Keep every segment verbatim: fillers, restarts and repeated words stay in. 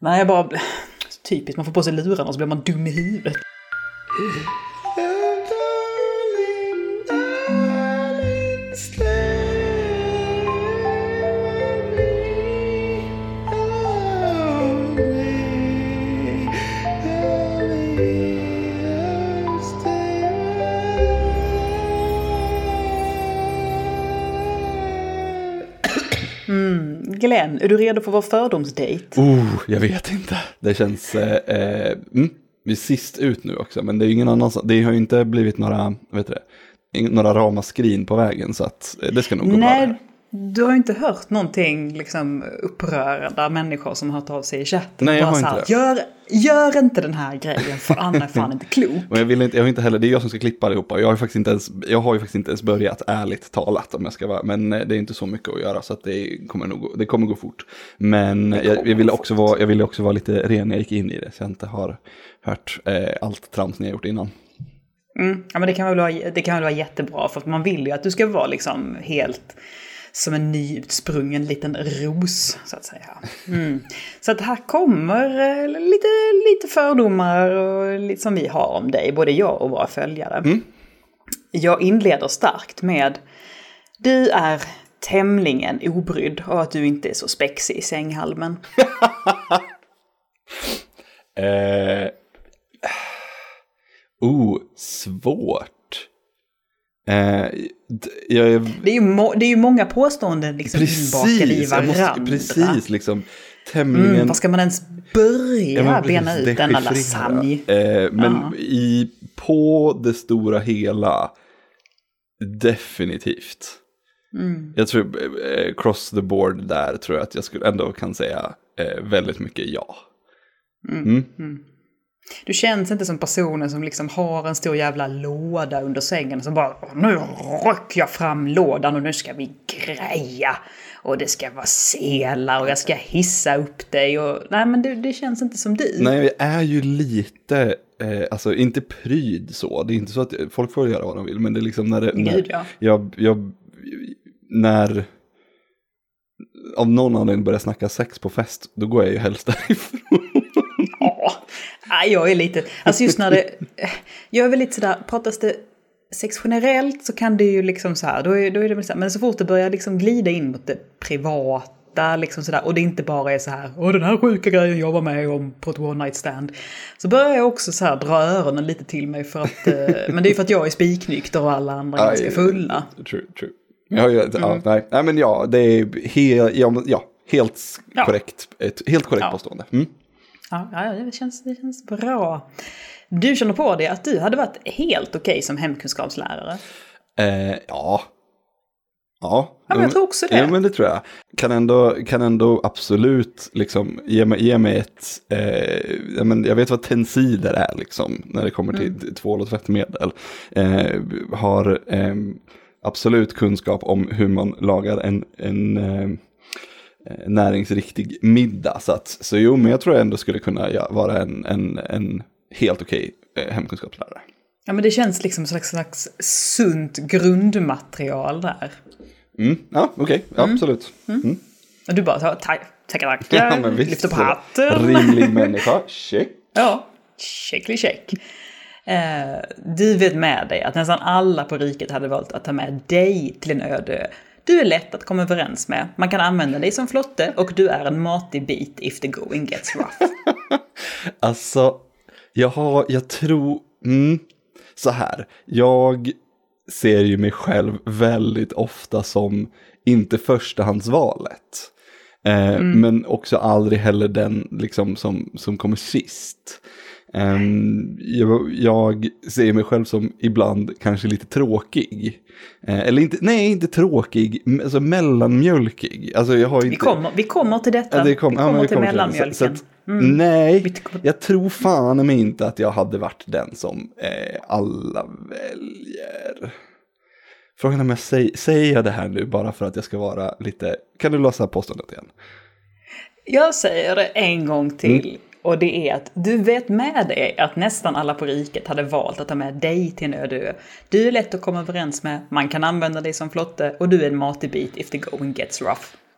Nej, jag bara... Typiskt, man får på sig lurarna och så blir man dum i huvudet. Mm, Glenn, är du redo för vår fördomsdate? Oh, jag vet inte. Det känns... Eh, eh, mm, vi är sist ut nu också, men det är ingen annan... Det har ju inte blivit några, vet du det, några ramaskrin på vägen, så att det ska nog gå Nej, bra. Du har ju inte hört någonting liksom upprörda människor som har hört av sig i chatten. Nej, jag har så här, inte gör, gör inte den här grejen, för Anna är fan inte klok. Men jag vill inte, jag har inte heller, det är jag som ska klippa allihopa. Jag har ju faktiskt inte ens, jag har ju faktiskt inte ens börjat, ärligt talat, om jag ska vara, men det är inte så mycket att göra, så att det kommer nog gå, det kommer gå fort. Men jag, jag ville också vara, jag ville också vara lite ren när jag gick in i det, så jag inte har hört eh, allt trams ni har gjort innan. Mm, ja, men det kan väl vara, det kan väl vara jättebra, för att man vill ju att du ska vara liksom helt som en nyutsprungen liten ros, så att säga. Mm. Så att här kommer eh, lite, lite fördomar och lite som vi har om dig, både jag och våra följare. Mm. Jag inleder starkt med: du är tämligen obrydd och att du inte är så spexig i sänghalmen. eh, oh, svårt. Eh, jag är... det, är ju må- det är ju många påståenden liksom inbakade i varandra. Måste, precis, liksom tämligen... Mm, vad ska man ens börja ja, bena ut denna lasagne? Eh, men ja. i, på det stora hela, definitivt. Mm. Jag tror, eh, cross the board där tror jag att jag skulle ändå kan säga eh, väldigt mycket ja. Mm. Mm. Mm. Du känns inte som personen som liksom har en stor jävla låda under sängen och så bara, nu rycker jag fram lådan och nu ska vi greja och det ska vara selar och jag ska hissa upp dig och nej, men det, det känns inte som du. Nej, jag är ju lite eh, alltså inte pryd så, det är inte så att folk får göra vad de vill, men det är liksom när, det, när Gud, ja. jag, jag när av någon anledning börjar snacka sex på fest, då går jag ju helst därifrån. Ja, jag är lite, alltså just när det, jag är väl lite sådär, pratas det sex generellt så kan det ju liksom så här, då är, då är det väl så här, men så fort det börjar liksom glida in mot det privata liksom sådär, och det inte bara är så här, och den här sjuka grejen jag var med om på ett one night stand, så börjar jag också så här dra öronen lite till mig för att, men det är för att jag är spiknykter och alla andra är ganska fulla. True, true. Ja, ja, mm. ja, nej. nej, men ja, det är he, ja, ja, helt ja. korrekt, ett helt korrekt ja. påstående. Mm. Ja, ja det, känns, det känns bra. Du känner på det att du hade varit helt okej som hemkunskapslärare? Eh, ja. Ja. Ja, men jag tror också det. Ja, men det tror jag. Kan ändå, kan ändå absolut liksom ge mig, ge mig ett... Eh, jag, men, jag vet vad tensider är liksom, när det kommer till mm. tvål och tvättmedel. Eh, har eh, absolut kunskap om hur man lagar en... en eh, näringsriktig middag, så att, så jo, men jag tror jag ändå skulle kunna ja, vara en, en, en helt okej eh, hemkunskapslärare. Ja, men det känns liksom som ett slags sunt grundmaterial där. Mm, ja, okej, okay. ja, mm. absolut. Mm. Mm. Och du bara så, tackar, tackar, ja, lyfter på hatten. Rimlig människa, check. Ja, checkly check. Eh, du vet med dig att nästan alla på riket hade valt att ta med dig till en öde. Du är lätt att komma överens med. Man kan använda dig som flotte och du är en matig bit if the going gets rough. Alltså, jag har, jag tror, mm, så här. Jag ser ju mig själv väldigt ofta som inte förstahandsvalet. Eh, mm. Men också aldrig heller den liksom som, som kommer sist. Um, jag, jag ser mig själv som ibland kanske lite tråkig. Uh, eller inte, nej, inte tråkig, alltså mellanmjölkig. Alltså jag har inte... vi, kommer, vi kommer till detta. Ja, det kom, vi kommer ja, vi till kommer mellanmjölken. Så, så att, mm. Nej, jag tror fan mig inte att jag hade varit den som eh, alla väljer. Frågan är om jag säger, säger jag det här nu bara för att jag ska vara lite... Kan du lösa påståendet igen? Jag säger det en gång till. Mm. Och det är att du vet med dig att nästan alla på riket hade valt att ta med dig till en öde ö. Du är lätt att komma överens med, man kan använda dig som flotte och du är en matig bit if the going gets rough.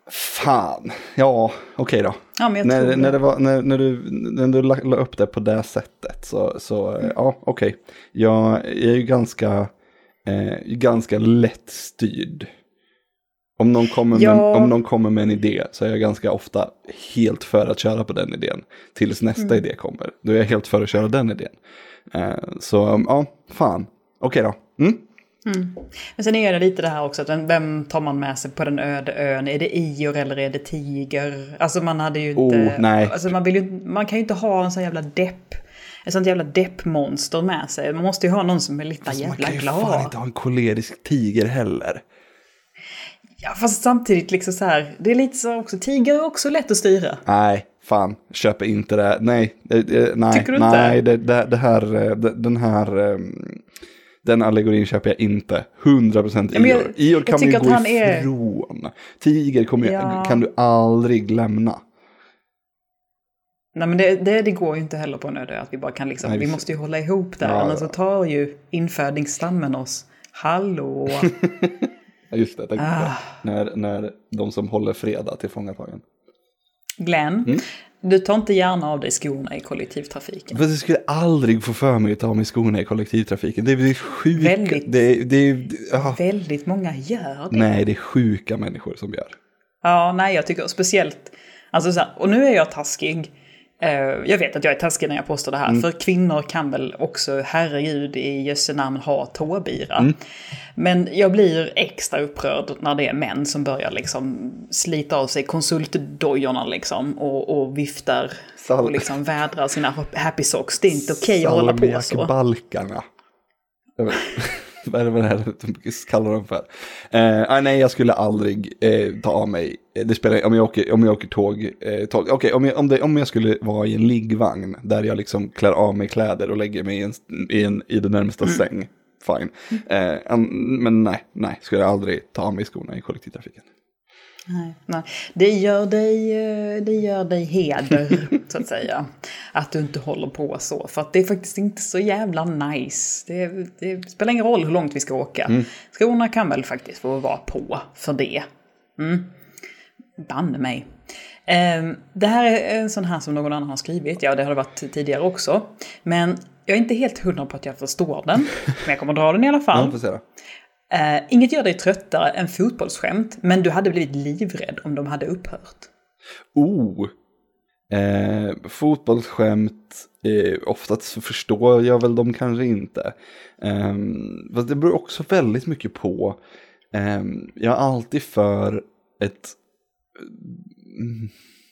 Fan, ja, okej okay då. Ja, men jag när, tror det. när, det var, när, när du, när du la, la upp det på det sättet så, så mm. ja, okej. Okay. Jag, jag är ju ganska, eh, ganska lättstyrd. Om någon, kommer ja. med, om någon kommer med en idé så är jag ganska ofta helt för att köra på den idén. Tills nästa mm. idé kommer. Då är jag helt för att köra den idén. Eh, så ja, fan. Okej okay då. Mm. Mm. Men sen är det lite det här också att vem tar man med sig på den öde ön? Är det Ior eller är det Tiger? Alltså man hade ju inte oh, nej. Alltså man vill ju, man kan ju inte ha en sån jävla depp ett sånt jävla deppmonster med sig. Man måste ju ha någon som är lite fast jävla glad. Man kan ju fan inte ha en kolerisk tiger heller. Ja, fast samtidigt liksom så här, det är lite så också, tiger är också lätt att styra. Nej, fan, köper inte det. Nej, det, nej, Tycker du nej, inte? Det, det, det här, det, den här, den allegorin köper jag inte. hundra procent Ior. Ja, Ior kan man ju gå ifrån. Är... Tiger kommer ja. kan du aldrig lämna. Nej, men det, det, det går ju inte heller på en öde att vi bara kan liksom, nej, vi måste ju hålla ihop där. Ja, annars så tar ju infödingsstammen oss. Hallå! Just det, tänkte ah. när, när de som håller freda till fångatagen. Glenn, mm? du tar inte gärna av dig skorna i kollektivtrafiken. För jag skulle aldrig få för mig att ta av mig skorna i kollektivtrafiken. Det är sjuka. Väldigt, det, det, det, ah. väldigt många gör det. Nej, det är sjuka människor som gör. Ja, nej, jag tycker speciellt, alltså så här, och nu är jag taskig. Jag vet att jag är taskig när jag påstår det här. Mm. För kvinnor kan väl också, herregud, i Jösse namn ha tåbira. Mm. Men jag blir extra upprörd när det är män som börjar liksom slita av sig konsultdojorna liksom. Och, och viftar Sal- och liksom vädrar sina happy socks. Det är inte okej okay att hålla på så. Balkarna. Vad är det här de kallar dem för? Eh, nej, jag skulle aldrig eh, ta av mig. Det spelar om jag åker, om jag åker tåg. Eh, tåg. Okej, okay, om, jag, om, det, om jag skulle vara i en liggvagn där jag liksom klär av mig kläder och lägger mig i, en, i, en, i det närmsta mm. säng. Fine. Eh, um, men nej, nej, skulle jag aldrig ta av mig skorna i kollektivtrafiken. Nej, nej. Det gör dig, det gör dig heder, så att säga. Att du inte håller på så. För att det är faktiskt inte så jävla nice. Det, det spelar ingen roll hur långt vi ska åka. Mm. Skorna kan väl faktiskt få vara på för det. Mm. Banne mig. Um, det här är en sån här som någon annan har skrivit. Ja, det har det varit tidigare också. Men jag är inte helt hundra på att jag förstår den. Men jag kommer dra den i alla fall. Ja, får se då. Uh, inget gör dig tröttare än fotbollsskämt, men du hade blivit livrädd om de hade upphört. Oh, eh, fotbollsskämt, eh, oftast så förstår jag väl dem kanske inte. Eh, fast det beror också väldigt mycket på, eh, jag är alltid för ett... Mm,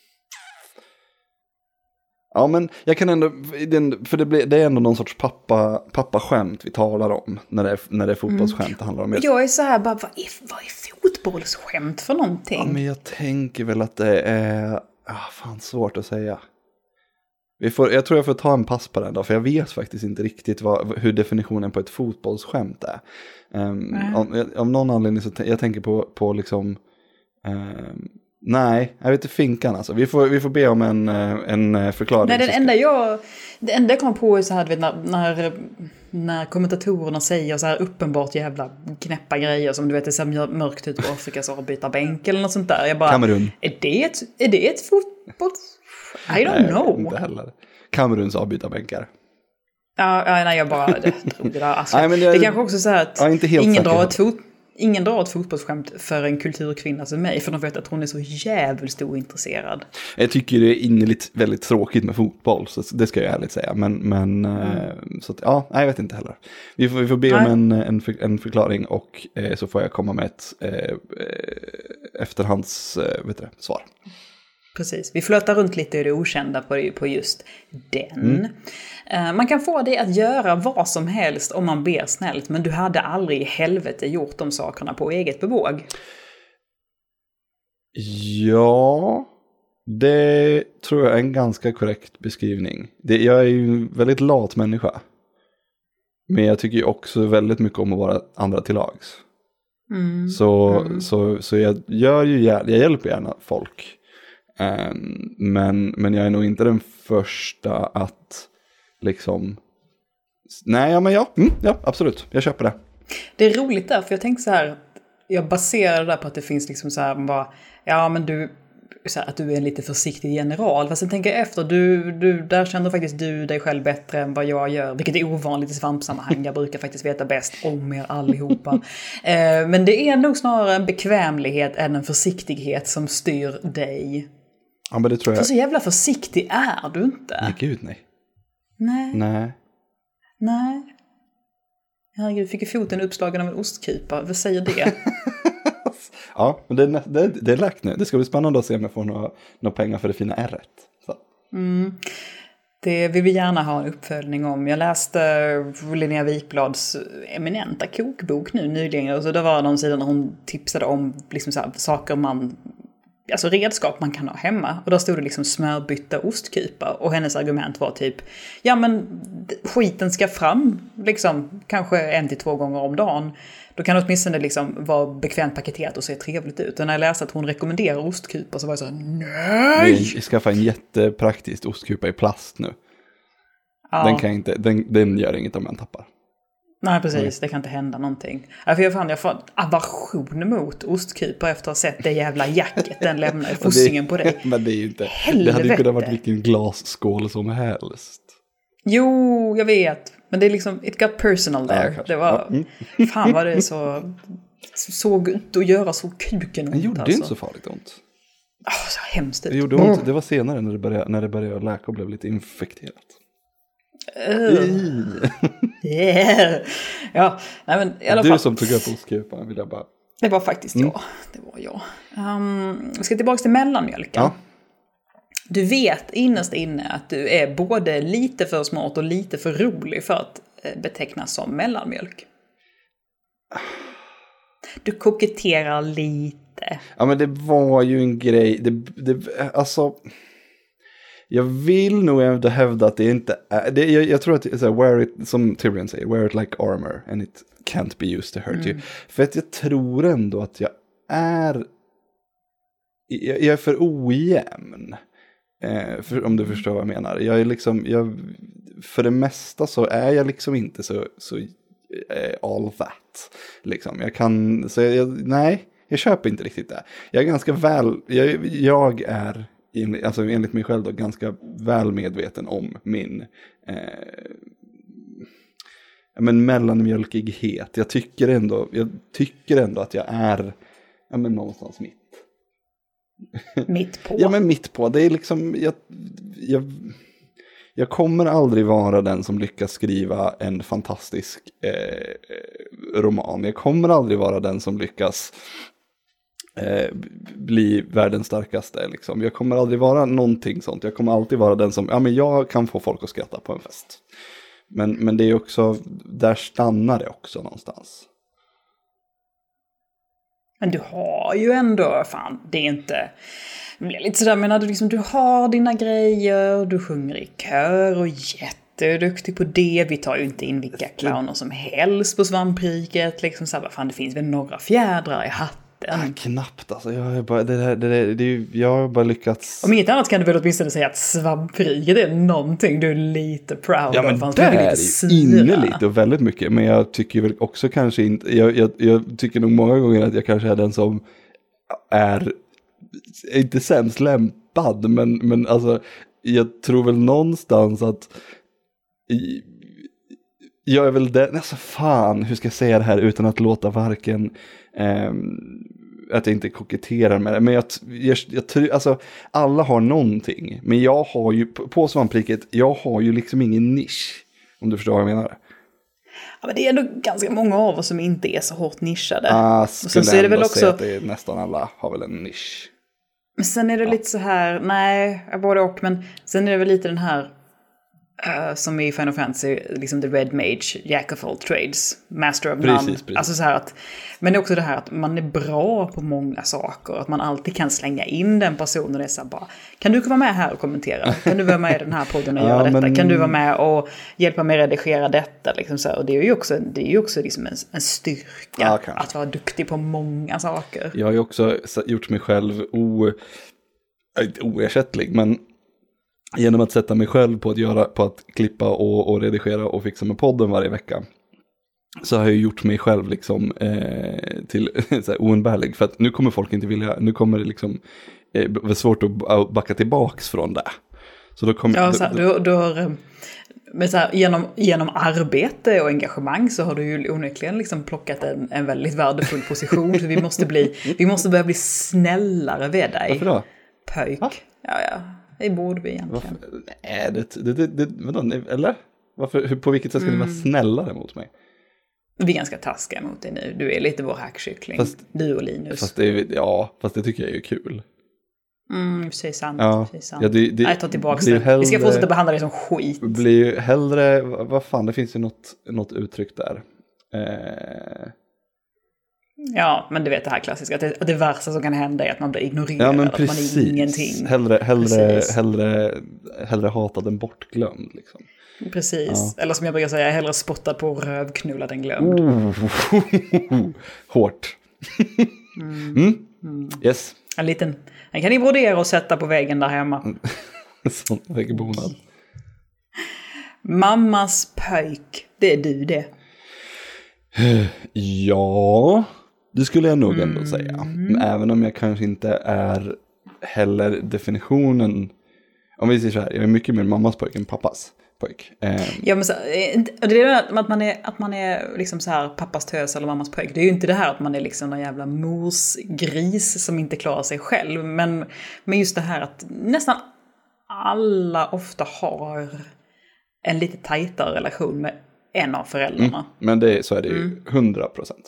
ja, men jag kan ändå, för det, blir, det är ändå någon sorts pappa, pappaskämt vi talar om när det är, när det är fotbollsskämt mm. det handlar om. Jag är så här, bara, vad är, vad är fotbollsskämt för någonting? Ja, men jag tänker väl att det är, ah, fan svårt att säga. Vi får, jag tror jag får ta en pass på den då, för jag vet faktiskt inte riktigt vad, hur definitionen på ett fotbollsskämt är. Um, mm. om, om någon anledning så t- jag tänker på, på liksom... Um, Nej, jag vet inte finkan alltså. Vi får, vi får be om en, en förklaring. Nej, den enda jag, det enda jag kommer på är så här, du vet, när, när, när kommentatorerna säger så här uppenbart jävla knäppa grejer som du vet, det ser mörkt ut på Afrikas avbytarbänk eller något sånt där. Jag bara, Kamerun. Är det ett, är det ett fotboll? I don't nej, know. Inte heller. Kameruns avbytarbänkar. Ja, ja, nej, jag bara det, tror det där. Alltså, nej, men det, det är kanske också så här att ja, inte helt ingen drar ett fot... Ingen drar ett fotbollsskämt för en kulturkvinna som mig, för de vet att hon är så jävligt ointresserad. Jag tycker det är innerligt väldigt tråkigt med fotboll, så det ska jag ärligt säga. Men, men mm. så att, ja, nej, jag vet inte heller. Vi får, vi får be nej. om en, en, för, en förklaring och eh, så får jag komma med ett eh, efterhands eh, vet du, svar. Precis, vi flötar runt lite i det okända på, på just den. Mm. Man kan få dig att göra vad som helst om man ber snällt, men du hade aldrig i helvete gjort de sakerna på eget bevåg. Ja, det tror jag är en ganska korrekt beskrivning. Det, jag är ju en väldigt lat människa. Men jag tycker ju också väldigt mycket om att vara andra till lags. Mm. Så, mm. så, så jag gör ju jag hjälper gärna folk. Um, men, men jag är nog inte den första att liksom nej, ja men ja, mm, ja absolut, jag köper det. Det är roligt där, för jag tänkte så här, jag baserar det där på att det finns liksom så här bara ja men du, så här, att du är en lite försiktig general. Fast sen tänker jag efter, du, du, där känner faktiskt du dig själv bättre än vad jag gör. Vilket är ovanligt i svampsammanhang. Jag brukar faktiskt veta bäst om er allihopa. eh, men det är nog snarare en bekvämlighet än en försiktighet som styr dig. Ja, men det tror jag. För så jävla försiktig är du inte. Nej, gud nej. Nej. Nej. Nej. Herregud, fick ju foten uppslagen av en ostkupa. Vad säger det? Ja, men det, det, det är lagt nu. Det ska bli spännande att se om jag får några, några pengar för det fina ärret. Så. Mm. Det vill vi gärna ha en uppföljning om. Jag läste Linnea Wikblads eminenta kokbok nu nyligen. Och så det var någon sida när hon tipsade om liksom så här, saker man... Alltså redskap man kan ha hemma. Och då stod det liksom smörbytta ostkupa. Och hennes argument var typ, ja men skiten ska fram liksom kanske en till två gånger om dagen. Då kan det åtminstone liksom vara bekvämt paketerat och se trevligt ut. Och när jag läste att hon rekommenderar ostkupa så var jag så nej! Jag skaffar en jättepraktisk ostkupa i plast nu. Ja. Den, kan inte, den, den gör inget om jag tappar. Nej, precis. Mm. Det kan inte hända någonting. Ja, för jag fann jag får aversion mot ostkupor efter att ha sett det jävla jacket den lämnar i fossingen på dig. Men det är ju inte... Helvete. Det hade ju kunnat varit vilken glasskål som helst. Jo, jag vet. Men det är liksom, it got personal there. Ja, det var, ja. mm. Fan vad det så såg ut att göra så kuken ont. Det gjorde alltså. inte så farligt ont. Oh, så hemskt ut. Det gjorde ont. Det var senare när det började, när det började läka och blev lite infekterat. Uh. yeah. Ja, nej men i alla du fall. som tog upp ostkupan vill jag bara... Det var faktiskt mm. jag. Det var jag. Um, vi ska tillbaka till mellanmjölken. Ja. Du vet innerst inne att du är både lite för smart och lite för rolig för att betecknas som mellanmjölk. Du koketterar lite. Ja, men det var ju en grej. Det, det, alltså... Jag vill nog ändå hävda att det inte är... Det, jag, jag tror att det är så här, wear it, som Tyrion säger, wear it like armor and it can't be used to hurt mm. you. För att jag tror ändå att jag är... Jag, jag är för ojämn. Eh, för, om du förstår vad jag menar. Jag är liksom... Jag, för det mesta så är jag liksom inte så, så eh, all that. Liksom. Jag kan... Så jag, nej, jag köper inte riktigt det. Jag är ganska väl... Jag, jag är... Alltså enligt mig själv då ganska väl medveten om min eh, men mellanmjölkighet. Jag tycker ändå jag tycker ändå att jag är ja, men någonstans mitt. Mitt på. Ja, men mitt på. Det är liksom jag, jag, jag kommer aldrig vara den som lyckas skriva en fantastisk eh, roman. Jag kommer aldrig vara den som lyckas Eh, bli världens starkaste liksom. Jag kommer aldrig vara någonting sånt. Jag kommer alltid vara den som, ja men jag kan få folk att skratta på en fest. Men, men det är också, där stannar det också någonstans. Men du har ju ändå, fan, det är inte, det blir lite sådär, menar du liksom, du har dina grejer, du sjunger i kör och jätteduktig på det. Vi tar ju inte in vilka clowner som helst på svampriket, liksom såhär, fan det finns väl några fjädrar i hatten. Ja, knappt alltså. Jag har bara, det där, det där, det är, jag har bara lyckats... Om inget annat kan du väl åtminstone säga att svampriket är någonting du är lite proud ja, men av. Det är inne lite och väldigt mycket. Men jag tycker väl också kanske inte... Jag, jag, jag tycker nog många gånger att jag kanske är den som är inte sämst lämpad. Men, men alltså, jag tror väl någonstans att... I, jag är väl den... Alltså fan, hur ska jag säga det här utan att låta varken... Um, att jag inte koketterar med det. Men jag, jag, jag tror, alltså alla har någonting. Men jag har ju, på svampriket, jag har ju liksom ingen nisch. Om du förstår vad jag menar. Ja, men det är ändå ganska många av oss som inte är så hårt nischade. Ah, skulle och sen så är det väl också säga att det är, nästan alla har väl en nisch. Men sen är det ja. lite så här, nej, både och. Men sen är det väl lite den här Uh, som i Final Fantasy, liksom the Red Mage, Jack of all trades, Master of none. Precis, precis. Alltså så här att, men det är också det här att man är bra på många saker, att man alltid kan slänga in den personen och det är så här bara, kan du vara med här och kommentera? Kan du vara med i den här podden och ja, göra detta? Men... Kan du vara med och hjälpa mig att redigera detta? Liksom så här. Och det är ju också, det är ju också liksom en, en styrka ja, att vara duktig på många saker. Jag har ju också gjort mig själv o, oersättlig, men genom att sätta mig själv på att göra, på att klippa och, och redigera och fixa med podden varje vecka. så har jag gjort mig själv liksom eh, till så här, oumbärlig. För att nu kommer folk inte vilja, nu kommer det liksom eh, vara svårt att backa tillbaks från det. Så då kommer... Ja, så här, du, du har... Men så här, genom, genom arbete och engagemang så har du ju onekligen liksom plockat en, en väldigt värdefull position. Så vi måste, bli, vi måste börja bli snällare med dig. Varför då? Pöjk. Va? Ja, ja. Det borde vi egentligen. Varför? Nej, det, det, det, det, vadå, eller? Varför, hur, på vilket sätt ska mm. du vara snällare mot mig? Vi är ganska taskiga mot dig nu. Du är lite vår hackkyckling. Fast, du och Linus. Fast det är, ja, fast det tycker jag är kul. Mm, säg sant. Ja. Säg sant. Ja, det, det, Nej, ta tillbaka det. Hellre, vi ska fortsätta behandla dig som skit. Det blir ju hellre, vad fan, det finns ju något, något uttryck där. Eh... Ja, men du vet det här klassiska, att det, att det värsta som kan hända är att man blir ignorerad, ja, men att man är ingenting. Hellre, hellre, hellre, hellre hatad än bortglömd, liksom. Precis, ja. Eller som jag brukar säga, hellre spottad på rövknullad än glömd. Oh. Hårt. mm. Mm. Mm. Yes. En liten, den kan ni brodera och sätta på väggen där hemma. Sån väggbonad. Mammas pöjk, det är du det. Ja, det skulle jag nog ändå mm. säga. Men även om jag kanske inte är heller definitionen. Om vi säger så här, jag är mycket mer mammas pojk än pappas pojk. Eh. Ja, men så, det är att man är, att man är liksom så här pappas tös eller mammas pojk. Det är ju inte det här att man är liksom en jävla morsgris som inte klarar sig själv. Men, men just det här att nästan alla ofta har en lite tajtare relation med en av föräldrarna. Mm, men det, så är det ju hundra procent.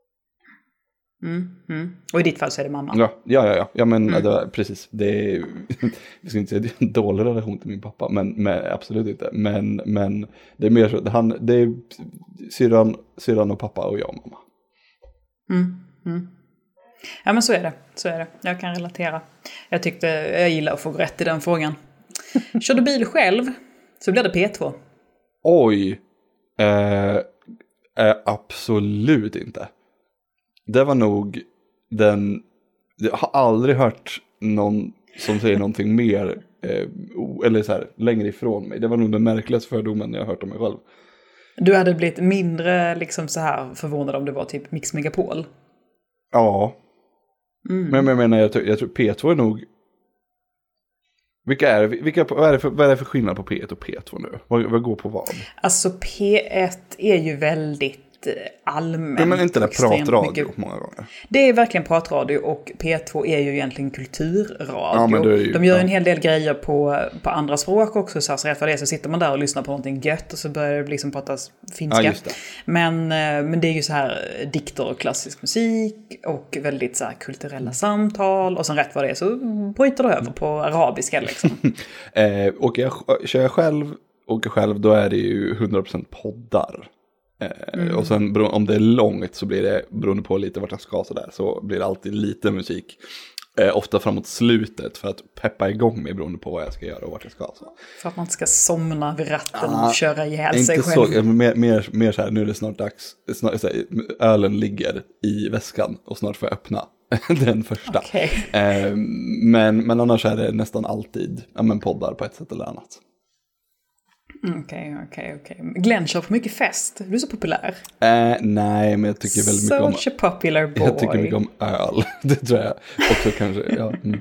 Mm, mm. Och i ditt fall så är det mamma. Ja, ja, ja. ja. ja men mm. det var, precis. Det är, jag ska inte säga det är en dålig relation till min pappa, men, men absolut inte. Men, men det är mer så, han, det är syrran, syrran och pappa och jag och mamma. Mm, mm. Ja, men så är det. Så är det. Jag kan relatera. Jag tyckte, jag gillar att få rätt i den frågan. Kör du bil själv så blir det P två. Oj. Eh, eh, absolut inte. Det var nog den... Jag har aldrig hört någon som säger någonting mer eh, eller så här, längre ifrån mig. Det var nog den märkligaste fördomen jag har hört om mig själv. Du hade blivit mindre liksom så här förvånad om det var typ Mix Megapol? Ja. Mm. Men jag menar, jag, jag tror P två är nog... Vilka är, vilka, vad, är det för, vad är det för skillnad på P ett och P två nu? Vad, vad går på vad? Alltså P ett är ju väldigt allmänt. Ja, men inte det pratradio mycket. Många gånger. Det är verkligen pratradio och P två är ju egentligen kulturradio. Ja, men det är ju, De gör ju ja. en hel del grejer på, på andra språk också. Så, så rätt för det så sitter man där och lyssnar på någonting gött och så börjar det liksom pratas finska. Ja, men, men det är ju så här dikter och klassisk musik och väldigt så här kulturella samtal. Och sen rätt för det så bryter det över på arabiska liksom. eh, och jag, kör jag själv och själv då är det ju hundra procent poddar. Mm. Och sen om det är långt så blir det, beroende på lite vart jag ska så där, så blir det alltid lite musik. Eh, ofta framåt slutet för att peppa igång mig beroende på vad jag ska göra och vart jag ska. Så. För att man ska somna vid ratten ah, och köra ihjäl inte sig själv. Så, mer, mer, mer så här, nu är det snart dags. Snart, så här, ölen ligger i väskan och snart får jag öppna den första. Okay. Eh, men, men annars är det nästan alltid ja, men poddar på ett sätt eller annat. Okej, okej, okej. Glenn kör på mycket fest. Du är så populär. Eh, nej, men jag tycker väldigt mycket om... Such a popular boy. Jag tycker mycket om öl. Det tror jag också kanske. Ja. Mm.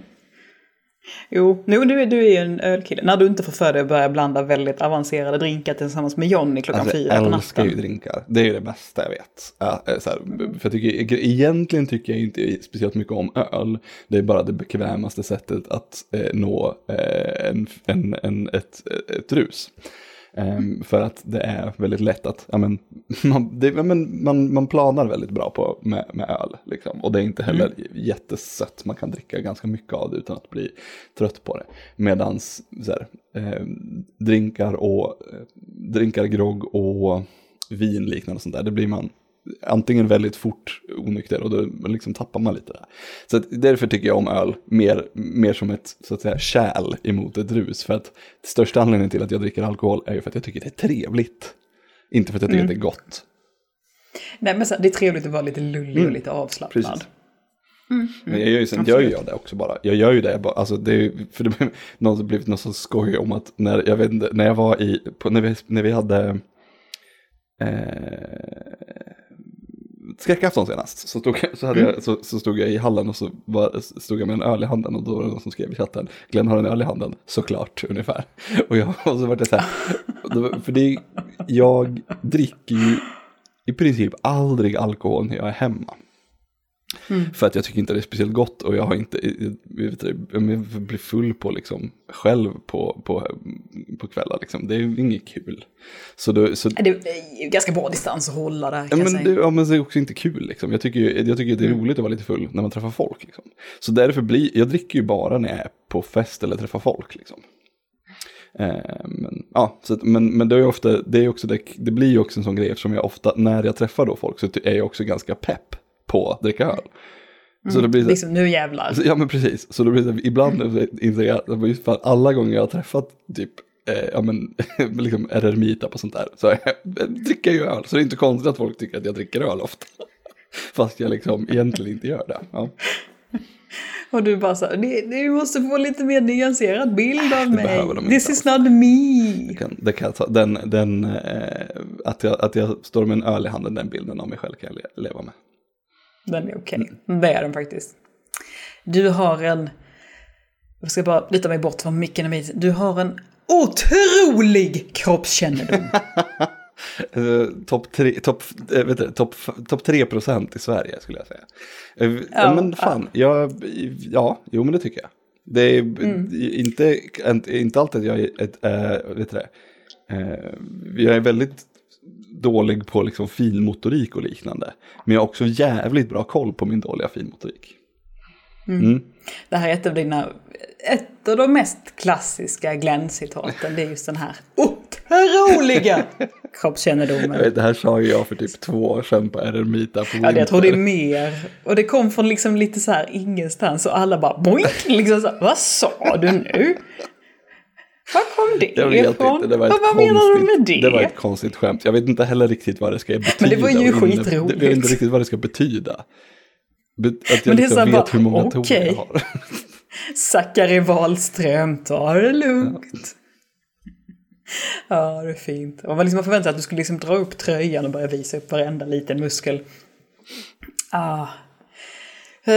Jo, nu du, du är ju en ölkille. När du inte får för dig att börja blanda väldigt avancerade drinkar tillsammans med Johnny klockan alltså, fyra på natten. Jag älskar ju drinkar. Det är ju det bästa jag vet. Ja, så här, för jag tycker, egentligen tycker jag inte speciellt mycket om öl. Det är bara det bekvämaste sättet att eh, nå eh, en, en, en, ett, ett rus. Um, för att det är väldigt lätt att ja, men, man, det, men, man, man planar väldigt bra på med, med öl liksom. Och det är inte heller mm. jättesött. Man kan dricka ganska mycket av det utan att bli trött på det. Medans så här, eh, drinkar och eh, drinkar, grogg och vin liknande och sånt där, det blir man antingen väldigt fort onykter och då liksom tappar man lite där. Så att därför tycker jag om öl mer, mer som ett så att säga kärl emot ett rus. För att det största anledningen till att jag dricker alkohol är ju för att jag tycker det är trevligt. Inte för att jag tycker mm. att det är gott. Nej, men så, det är trevligt att vara lite lullig mm. och lite avslappnad. Precis. Mm. Men jag gör ju, sen gör ju jag det också bara. Jag gör ju det bara, alltså det är ju, för det blev något, blivit något så skoj om att när jag vet inte, när jag var i, på, när vi, när vi hade eh, skräckafton senast så stod, så, hade mm. jag, så, så stod jag i hallen och så var, stod jag med en öl i handen och då var det någon som skrev i chatten Glenn har en öl i handen, såklart ungefär. Och, jag, och så var det så här, för det, jag dricker ju i princip aldrig alkohol när jag är hemma. Mm. För att jag tycker inte det är speciellt gott och jag har inte, jag, vet inte, jag blir full på liksom själv på, på, på kvällar liksom. Det är ju inget kul. Så då, så, det är ju ganska bra distans att hålla där kan ja, jag men säga. Det, ja men det är också inte kul liksom. Jag tycker, jag tycker det är mm. roligt att vara lite full när man träffar folk liksom. Så därför blir, jag dricker ju bara när jag är på fest eller träffar folk liksom. Eh, men ja, så, men, men det är ju ofta, det är också det, det blir ju också en sån grej som jag ofta, när jag träffar då folk så är jag också ganska pepp på att dricka öl. Mm, så det blir så, liksom nu jävlar. Ja men precis, så då blir det ibland inser jag att just för alla gånger jag har träffat typ eh, ja men liksom eremita på sånt där så jag, jag dricker ju öl, så det är inte konstigt att folk tycker att jag dricker öl ofta. Fast jag liksom egentligen inte gör det. Ja. Och du bara så, du måste få lite mer nyanserad bild av mig. This is not me. Det kan, det kan jag ta. Den, den, eh, att, jag, att jag står med en öl i handen, den bilden av mig själv kan jag leva med. Den är okej. Okay. Det är den faktiskt. Du har en, jag ska bara lita mig bort från micken. Du har en otrolig kroppskännedom. Uh, topp tre, top, äh, vet du, top, top tre procent i Sverige skulle jag säga. Uh, ja, men fan, ja. Jag, ja, jo men det tycker jag. Det är mm. inte, inte alltid jag är ett, äh, vet du det, uh, jag är väldigt dålig på liksom finmotorik och liknande. Men jag har också jävligt bra koll på min dåliga finmotorik. Mm. Mm. Det här är ett av dina, ett av de mest klassiska Glenn-citaten. Det är just den här otroliga kroppskännedomen. Jag vet, det här sa jag för typ två år sedan på Eremita på Ja, det, jag tror det är mer. Och det kom från liksom lite så här ingenstans och alla bara boink, liksom så här, vad sa du nu? Var kom det jag vet ifrån? Inte, det var vad vad menar du med det? Det var ett konstigt skämt. Jag vet inte heller riktigt vad det ska betyda. Men det var ju skitroligt. Jag vet inte riktigt vad det ska betyda. Att jag liksom vet bara, hur många okay. toner jag har. Zachary Wahlström, ta det lugnt. Ja, ja det är fint. Och man liksom förväntade sig att du skulle liksom dra upp tröjan och börja visa upp varenda liten muskel. Ah. Uh,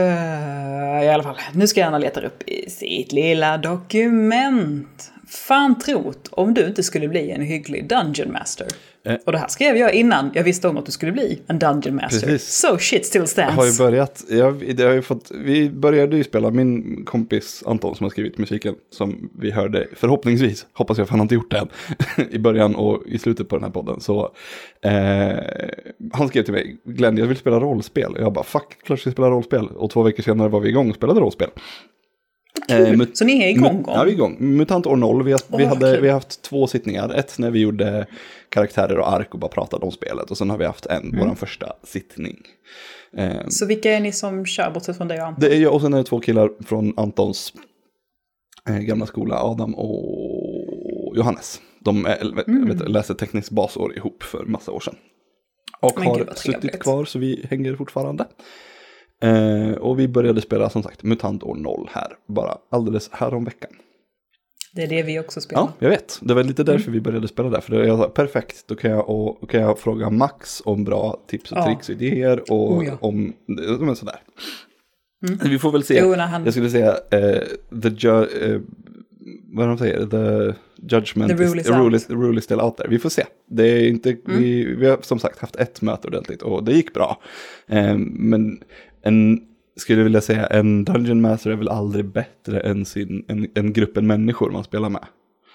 I alla fall, nu ska Anna leta upp i sitt lilla dokument. Fan trot om du inte skulle bli en hygglig Dungeon Master. Eh. Och det här skrev jag innan jag visste om att du skulle bli en Dungeon Master. Precis. So shit still stands. Jag har ju börjat, jag, det har ju fått, vi började ju spela, min kompis Anton som har skrivit musiken som vi hörde förhoppningsvis, hoppas jag för han har inte gjort det än, i början och i slutet på den här podden. Så eh, han skrev till mig, Glenn jag vill spela rollspel. Och jag bara fuck, klart ska jag spela rollspel. Och två veckor senare var vi igång och spelade rollspel. Eh, mut- så ni är igång? Ja, vi är igång. Mutant år noll. Vi har, oh, vi, hade, okay. vi har haft två sittningar. Ett när vi gjorde karaktärer och ark och bara pratade om spelet. Och sen har vi haft en, mm. vår första sittning. Eh, så vilka är ni som kör bortsett från dig och Anton? Det är jag och sen är det två killar från Antons eh, gamla skola. Adam och Johannes. De är, mm. vet, läser teknisk basår ihop för massa år sedan. Och Men har Gud, suttit kvar så vi hänger fortfarande. Eh, och vi började spela som sagt Mutant år noll här, bara alldeles här om veckan. Det är det vi också spelar. Ja, jag vet. Det var lite därför mm. vi började spela där. För det är perfekt, då kan jag, och, kan jag fråga Max om bra tips och ja. tricks och idéer och oh, ja. om, om sådär. Mm. Vi får väl se. Jo, han... Jag skulle säga uh, the ju- uh, vad de säger, the judgment the is, rule, is the rule, is, the rule is still out there. Vi får se. Det är inte, mm. vi, vi har som sagt haft ett möte ordentligt och det gick bra. Um, men en, skulle jag vilja säga, en Dungeon Master är väl aldrig bättre än sin, en, en gruppen människor man spelar med.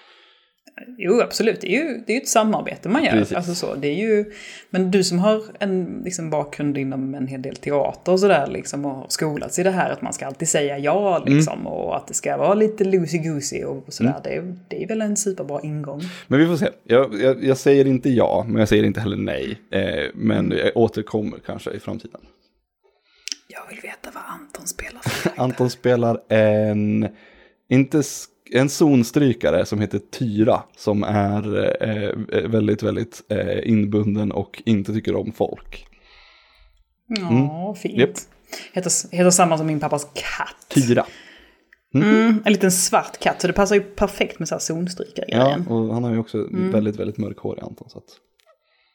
Jo, absolut. Det är ju, det är ju ett samarbete man gör. Alltså så, det är ju, men du som har en liksom, bakgrund inom en hel del teater och sådär liksom, och skolats i det här att man ska alltid säga ja liksom, mm. och att det ska vara lite loosey-goosey och sådär. Mm. Det, är, det är väl en superbra ingång. Men vi får se. Jag, jag, jag säger inte ja, men jag säger inte heller nej. Eh, men jag återkommer kanske i framtiden. Jag vill veta vad Anton spelar för. Anton spelar en, inte en zonstrykare som heter Tyra, som är eh, väldigt, väldigt eh, inbunden och inte tycker om folk. Ja, mm. fint. Yep. Heter, heter samma som min pappas katt. Tyra. Mm. Mm, en liten svart katt, så det passar ju perfekt med så här zonstrykare. Ja, och han har ju också mm. väldigt, väldigt mörk hår i Anton. Så att...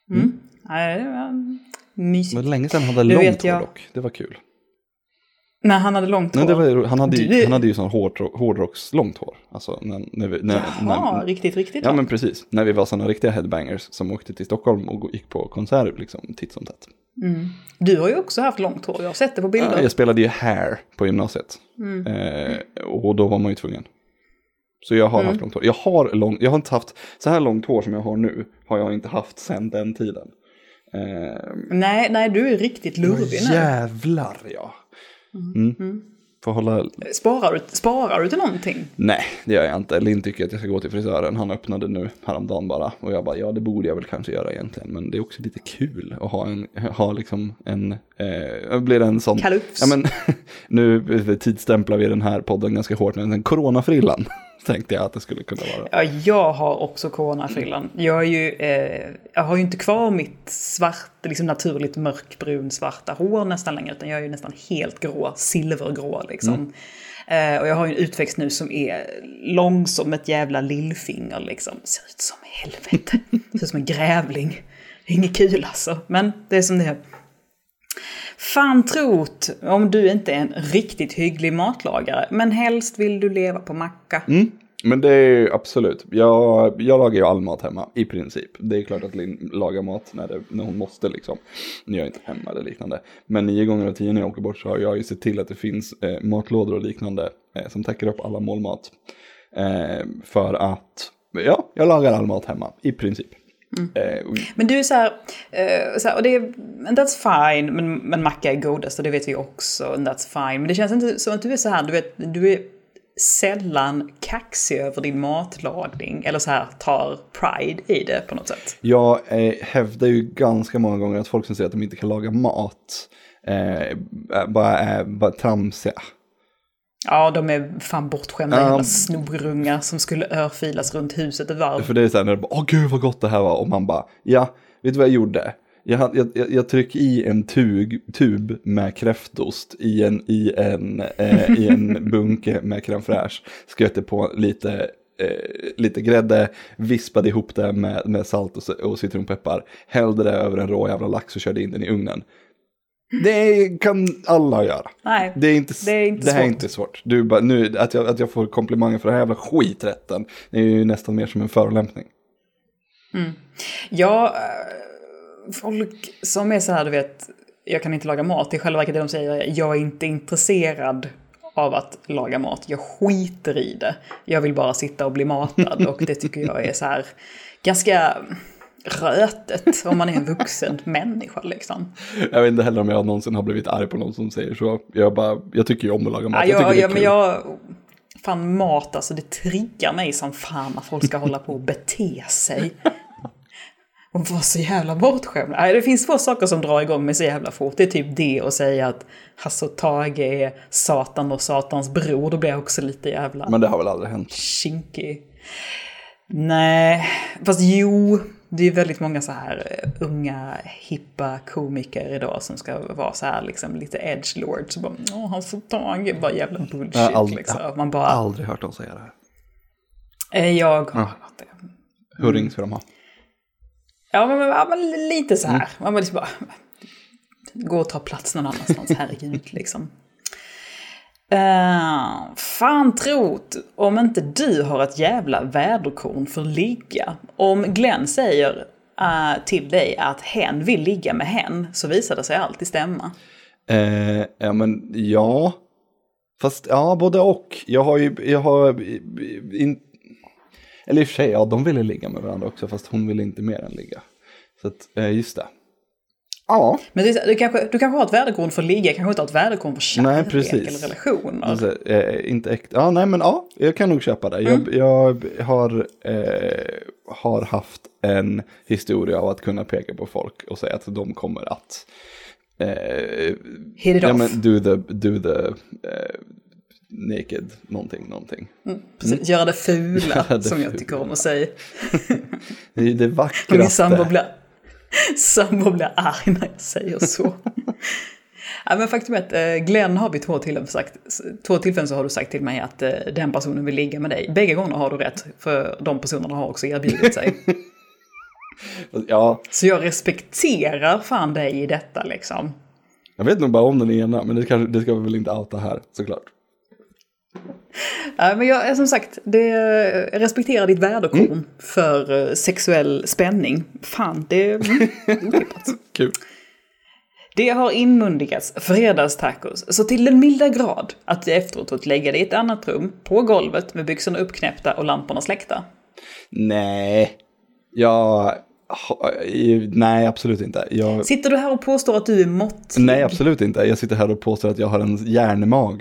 Mm. Nej, det var mysigt. Det var länge sedan han hade Du långt vet hår jag- dock. Det var kul. När han hade långt hår. Nej, det var, han, hade ju, Du- han hade ju sån hård, hårdrockslångt hår. Alltså när, när vi, när, Jaha, när, riktigt, riktigt. Ja långt. men precis. När vi var såna riktiga headbangers som åkte till Stockholm och gick på konserter liksom titt som tätt. Mm. Du har ju också haft långt hår. Jag har sett det på bilder. Ja, jag spelade ju Hair på gymnasiet. Mm. Eh, och då var man ju tvungen. Så jag har Mm. haft långt hår. Jag har, lång, jag har inte haft, så här långt hår som jag har nu har jag inte haft sedan den tiden. Eh, Nej, nej, du är riktigt lurvig nu. jävlar ja. Mm. Mm. Får hålla... Sparar du, sparar du till någonting? Nej, det gör jag inte. Linn tycker att jag ska gå till frisören. Han öppnade nu häromdagen bara. Och jag bara, ja det borde jag väl kanske göra egentligen. Men det är också lite kul att ha en, ha liksom en, eh, blir det en sån... Kalufs. Ja men, nu tidsstämplar vi den här podden ganska hårt. Men den coronafrillan tänkte jag att det skulle kunna vara. Ja, jag har också coronafrillan. Jag, är ju, eh, jag har ju inte kvar mitt svart, liksom naturligt mörkbrun svarta hår nästan längre. Utan jag är ju nästan helt grå, silvergrå liksom. Mm. Eh, och jag har ju en utväxt nu som är lång som ett jävla lillfinger liksom. Ser ut som helvete. Ser ut som en grävling. Det är inget kul alltså. Men det är som det är. Fan trot om du inte är en riktigt hygglig matlagare. Men helst vill du leva på macka. Mm. Men det är absolut. Jag, jag lagar ju all mat hemma, i princip. Det är klart att Linn lagar mat när, det, när hon måste liksom. Jag är inte hemma eller liknande. Men nio gånger av tio när jag åker bort så har jag ju sett till att det finns eh, matlådor och liknande eh, som täcker upp alla målmat. Eh, för att, ja, jag lagar all mat hemma, i princip. Mm. Eh, och, Men du är så här, eh, så här och det är, and that's fine, men, men macka är godast och det vet vi också, and that's fine. Men det känns inte som att du är så här, du vet, du är sällan kaxig över din matlagning eller så här tar pride i det på något sätt. jag eh, hävdar ju ganska många gånger att folk som säger att de inte kan laga mat eh, bara är bara tramsiga. Ja, de är fan bortskämda Um, jävla snorungar som skulle örfilas runt huset ett varv. För det är så här när det bara, åh gud vad gott det här var. Och man bara, ja, vet du vad jag gjorde? Jag, hade- jag, jag, jag tryckte i en tug, tub med kräftost i en, i en, eh, i en bunke med crème fraîche. Skötte på lite, eh, lite grädde, vispade ihop det med, med salt och, och citronpeppar. Hällde det över en rå jävla lax och körde in den i ugnen. Det kan alla göra. Nej, Det är inte, det är inte det här är svårt. inte svårt. Du, bara, nu, att, jag, att jag får komplimanger för den här jävla skiträtten, det är ju nästan mer som en förolämpning. Ja, äh, folk som är så här, du vet, jag kan inte laga mat. I själva verket det de säger, jag är inte intresserad av att laga mat. Jag skiter i det. Jag vill bara sitta och bli matad. Och det tycker jag är så här ganska rötet om man är en vuxen människa liksom. Jag vet inte heller om jag någonsin har blivit arg på någon som säger så. Jag, bara, jag tycker ju om att laga mat. Ja, jag tycker jag, det är ja, men kul. jag... Fan, mat, alltså det triggar mig som fan att folk ska hålla på och bete sig. Och vara så jävla bortskämda. Nej, det finns två saker som drar igång mig så jävla fort. Det är typ det och säga att Hasse och Tage är Satan och Satans bror. Då blir jag också lite jävla Men det har väl aldrig hänt. kinkig. Nej, fast jo, det är väldigt många så här uh, unga, hippa komiker idag som ska vara så här liksom lite edgelord. Så bara, åh, han får tag, bara jävla bullshit Jag har aldrig, liksom. jag har Man bara, aldrig hört dem säga det här. eh, jag har Ja. hört det. Hur ring ska de ha? Ja, men, men, ja, men lite så här. Man bara liksom bara, gå och ta plats någon annanstans, herregud liksom. Uh, fan trot, om inte du har ett jävla väderkorn för ligga. Om Glenn säger uh, till dig att hen vill ligga med hen, så visar det sig alltid stämma. Eh, ja, men ja. Fast ja, både och. Jag har ju, jag har in, eller i och för sig, ja, de ville ligga med varandra också, fast hon ville inte mer än ligga. Så att, eh, just det. Ja. Men det, du, kanske, du kanske har ett väderkorn för ligga, kanske inte har ett väderkorn för kärlek Nej, precis. eller relationer. Alltså, eh, inte äkta. Ja, nej, men ja, jag kan nog köpa det. Jag, jag har, eh, har haft en historia av att kunna peka på folk och säga att de kommer att eh, Hit it ja, off. men do the, do the eh, naked någonting, någonting. Mm, precis, göra det fula, Göra det som jag fula. tycker om att säga. Det är ju det Och min sambo vackraste. blir, sambo blir arg när jag säger så. Ja, men faktum är att eh, Glenn har vid två tillfällen, sagt, två tillfällen så har du sagt till mig att eh, den personen vill ligga med dig. Bägge gånger har du rätt, för de personerna har också erbjudit sig. Ja. Så jag respekterar fan dig i detta liksom. Jag vet nog bara om den ena, men det, kan, det ska vi väl inte outa här, såklart. Ja, men jag, som sagt, det, jag respekterar ditt värdekorn mm. för uh, sexuell spänning. Fan, det är mm, otippat. Kul. Det har inmundigats fredagstacos så till den milda grad att jag efteråt fått lägga det i ett annat rum på golvet med byxorna uppknäppta och lamporna släckta. Nej, jag... Nej, absolut inte. Jag... Sitter du här och påstår att du är måttlig? Nej, absolut inte. Jag sitter här och påstår att jag har en hjärnmage.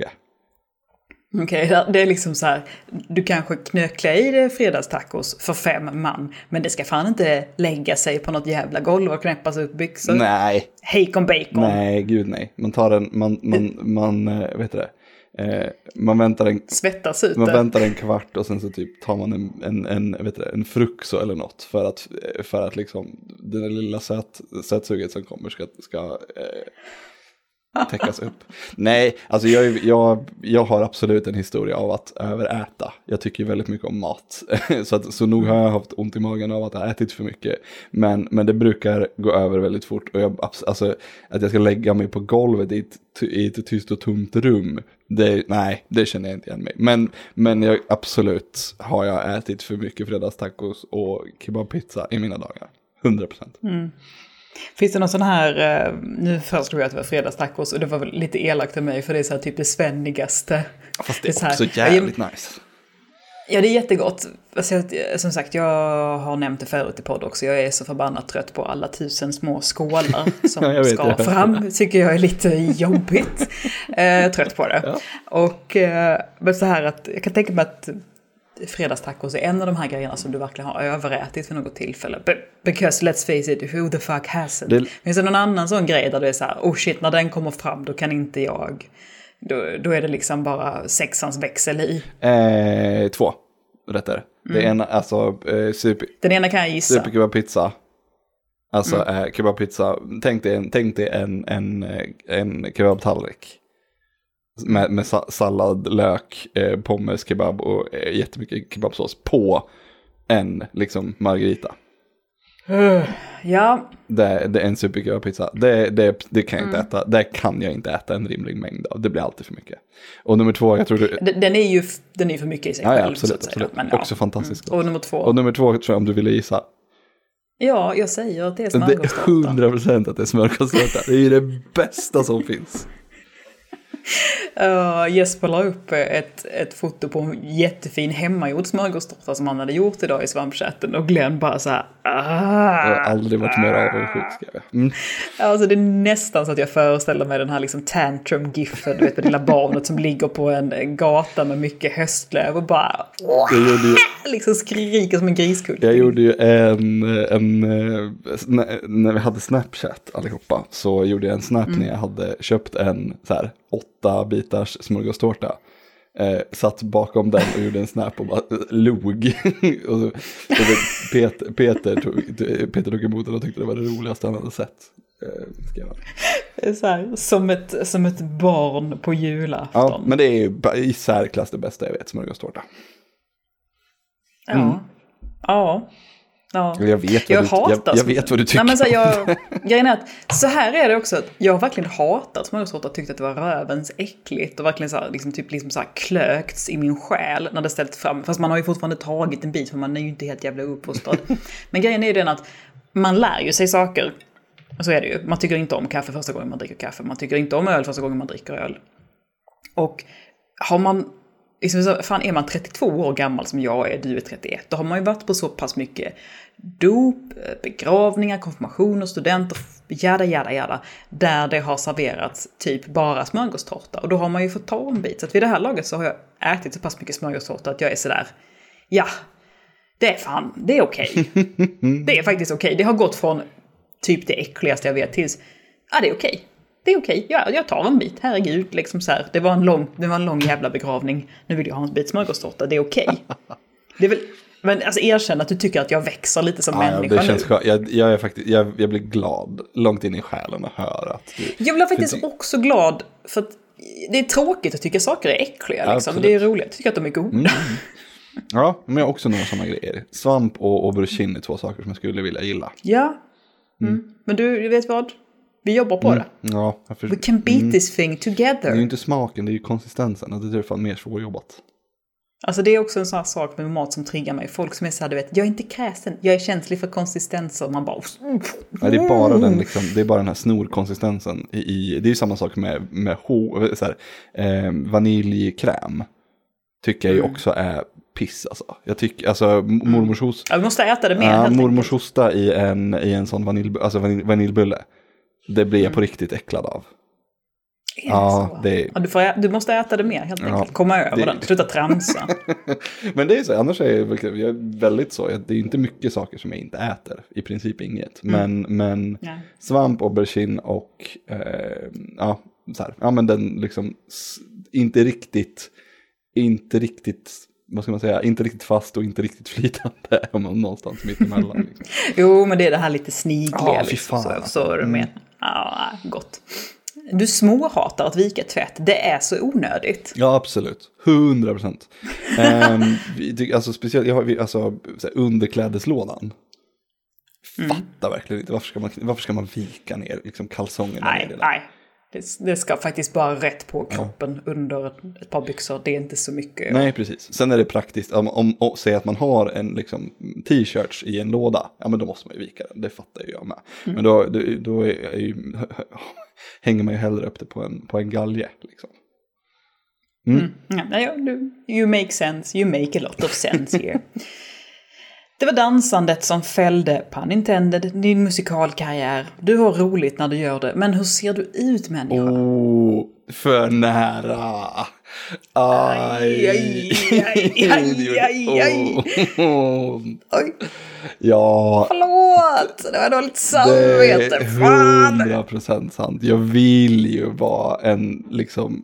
Okej, okay, det är liksom så här, du kanske knöklar i det fredagstacos för fem man, men det ska fan inte lägga sig på något jävla golv och knäppas upp byxor. Nej. Hejkon bacon. Nej, gud nej. Man tar en, man, man, man vet du det, eh, man väntar en, svettas ut man det. väntar en kvart och sen så typ tar man en, en, en vet du det, en fruxo eller något för att, för att liksom den lilla söt, sötsuget som kommer ska, ska eh, täckas upp. Nej, alltså jag, jag, jag har absolut en historia av att överäta. Jag tycker väldigt mycket om mat. så, att, så nog har jag haft ont i magen av att ha ätit för mycket. Men, men det brukar gå över väldigt fort. Och jag, alltså, att jag ska lägga mig på golvet i ett, i ett tyst och tomt rum. Det, nej, det känner jag inte igen mig. Men, men jag, absolut har jag ätit för mycket fredagstacos och kebabpizza i mina dagar. hundra procent. Mm. Finns det någon sån här, nu föreslog jag att det var fredagstacos och det var väl lite elakt av mig för det är så här typ det svennigaste. Fast det är, det är också här, jävligt jag, nice. Ja, det är jättegott. Alltså, som sagt, jag har nämnt det förut i podd också. Jag är så förbannat trött på alla tusen små skålar som ja, ska det. fram. Tycker jag är lite jobbigt. eh, trött på det. Ja. Och eh, men så här att jag kan tänka mig att fredagstacos är en av de här grejerna som du verkligen har överätit för något tillfälle. Be- because let's face it, who the fuck hasn't? Det... Finns det någon annan sån grej där det är så här, oh shit, när den kommer fram då kan inte jag, då, då är det liksom bara sexans växel i. Eh, två, rätt är det. Mm. Det ena, alltså, eh, super... Den ena kan jag gissa. Superkebabpizza. Alltså, mm. eh, kebabpizza. Tänk dig en, tänk dig en, en, en kebabtallrik. Med, med sallad, lök, eh, pommes, kebab och eh, jättemycket kebabsås på en liksom margarita. Uh, ja. Det, det är en superkebabpizza. Det, det, det kan jag inte mm. äta. Det kan jag inte äta en rimlig mängd av. Det blir alltid för mycket. Och nummer två, jag tror du... Den är ju den är för mycket i sig ja, själv. Ja, absolut, absolut. Men, ja. Också fantastiskt. Mm. Och nummer två. Och nummer två tror jag om du ville gissa. Ja, jag säger att det är smörgåstårta. Det är hundra procent att det är smörgåstårta. Det är ju det bästa som finns. Uh, Jesper la upp ett, ett foto på en jättefin hemmagjord smörgåstårta som han hade gjort idag i svampchatten och Glenn bara så här. Ah, jag har aldrig varit mer avundsjuk, ska jag. Mm. Alltså det är nästan så att jag föreställer mig den här liksom tantrum-giffen, du vet det lilla barnet som ligger på en gata med mycket höstlöv och bara jag gjorde ju, liksom skriker som en griskull. Jag gjorde ju en, en när vi hade Snapchat allihopa så gjorde jag en snap mm. när jag hade köpt en så här åtta bitars smörgåstårta. Eh, satt bakom den och gjorde en snap och bara log. och, och Peter, Peter, tog, Peter tog emot den och tyckte det var det roligaste han hade sett. Eh, det är så här, som, ett, som ett barn på julafton. Ja, men det är ju i särklass det bästa jag vet, smörgåstårta. Mm. Ja. Ja. Ja. Jag, vet vad jag, du, hatar jag, jag vet vad du tycker. Nej, men så jag, grejen är att så här är det också att jag har verkligen hatat smörgåstårta och tyckt att det var rövens äckligt och verkligen så här, liksom, typ, liksom så här klökts i min själ när det ställts fram. Fast man har ju fortfarande tagit en bit för man är ju inte helt jävla uppfostrad. Men grejen är ju den att man lär ju sig saker. Och så är det ju. Man tycker inte om kaffe första gången man dricker kaffe. Man tycker inte om öl första gången man dricker öl. Och har man... Fan, är man trettiotvå år gammal som jag är, du är trettioett, då har man ju varit på så pass mycket dop, begravningar, konfirmationer, studenter, jada, jada, jada, där det har serverats typ bara smörgåstårta. Och då har man ju fått ta en bit. Så att vid det här laget så har jag ätit så pass mycket smörgåstårta att jag är sådär, ja, det är fan, det är okej. Okay. Det är faktiskt okej. Okay. Det har gått från typ det äckligaste jag vet tills, ja, det är okej. Okay. Det är okej, ja, jag tar en bit, herregud, liksom så här. Det var en lång, det var en lång jävla begravning, nu vill jag ha en bit smörgåstårta, det är okej. Det är väl, men alltså erkänn att du tycker att jag växer lite som ja, människa det känns nu. Skönt. Jag, jag, är faktiskt, jag, jag blir glad, långt in i själen att höra. Att du, jag blir faktiskt du, också glad, för att det är tråkigt att tycka saker är äckliga, liksom. Det är roligt, jag tycker att de är goda. Mm. Ja, men jag har också några sådana grejer. Svamp och aubergine är två saker som jag skulle vilja gilla. Ja. Mm. Mm. Men du, du vet vad? Vi jobbar på mm. det. Ja, jag We can beat mm. this thing together. Det är ju inte smaken, det är ju konsistensen. Och det är därför mer svårjobbat. Alltså det är också en sån här sak med mat som triggar mig. Folk som är så här, du vet, jag är inte kräsen. Jag är känslig för konsistenser. Man bara... Ja, det är bara den liksom, det är bara den här snorkonsistensen i, i det är ju samma sak med, med ho, så här, eh, vaniljkräm. Tycker jag ju mm. också är piss alltså. Jag tycker, alltså mormors hosta. Ja, vi måste äta det mer. Ja, mormors hosta i en, i en sån vanilj, alltså vanilj, vaniljbulle. Det blir jag mm. på riktigt äcklad av. Det ja, det... ja, du, får, du måste äta det mer helt enkelt. Ja, Komma över det... den, sluta tramsa. Men det är så, annars är jag, jag är väldigt så. Det är inte mycket saker som jag inte äter. I princip inget. Mm. Men, men ja. svamp, aubergine och eh, ja, så här. Ja, men den liksom inte riktigt, inte riktigt, vad ska man säga, inte riktigt fast och inte riktigt flytande. Om man någonstans mitt emellan. Liksom. Jo, men det är det här lite snigliga. Ja, fy liksom, fan. Så, så är det med. Ja, gott. Du småhatar att vika tvätt. Det är så onödigt. Ja, absolut. Hundra procent. um, alltså speciellt, jag har, alltså, så här, underklädeslådan. Mm. Fattar verkligen inte. Varför ska man, varför ska man vika ner liksom, kalsongerna? Nej, ner nej. Det, det ska faktiskt bara rätt på kroppen ja. under ett par byxor. Det är inte så mycket. Nej, precis. Sen är det praktiskt. Om, om, om säg att man har en liksom, t-shirts i en låda. Ja, men då måste man ju vika den. Det fattar ju jag med. Mm. Men då, då, då är jag ju... hänger man ju hellre upp det på en, på en galge. Liksom. Mm. Mm. Ja, du, you make sense. You make a lot of sense here. Det var dansandet som fällde, pun intended, din musikalkarriär. Du har roligt när du gör det. Men hur ser du ut, människa? Oh, för nära. Aj, aj, aj, aj, aj, aj. Oh. Oj. Ja. Förlåt, det var dåligt samvete. Det är hundra procent sant. Jag vill ju vara en liksom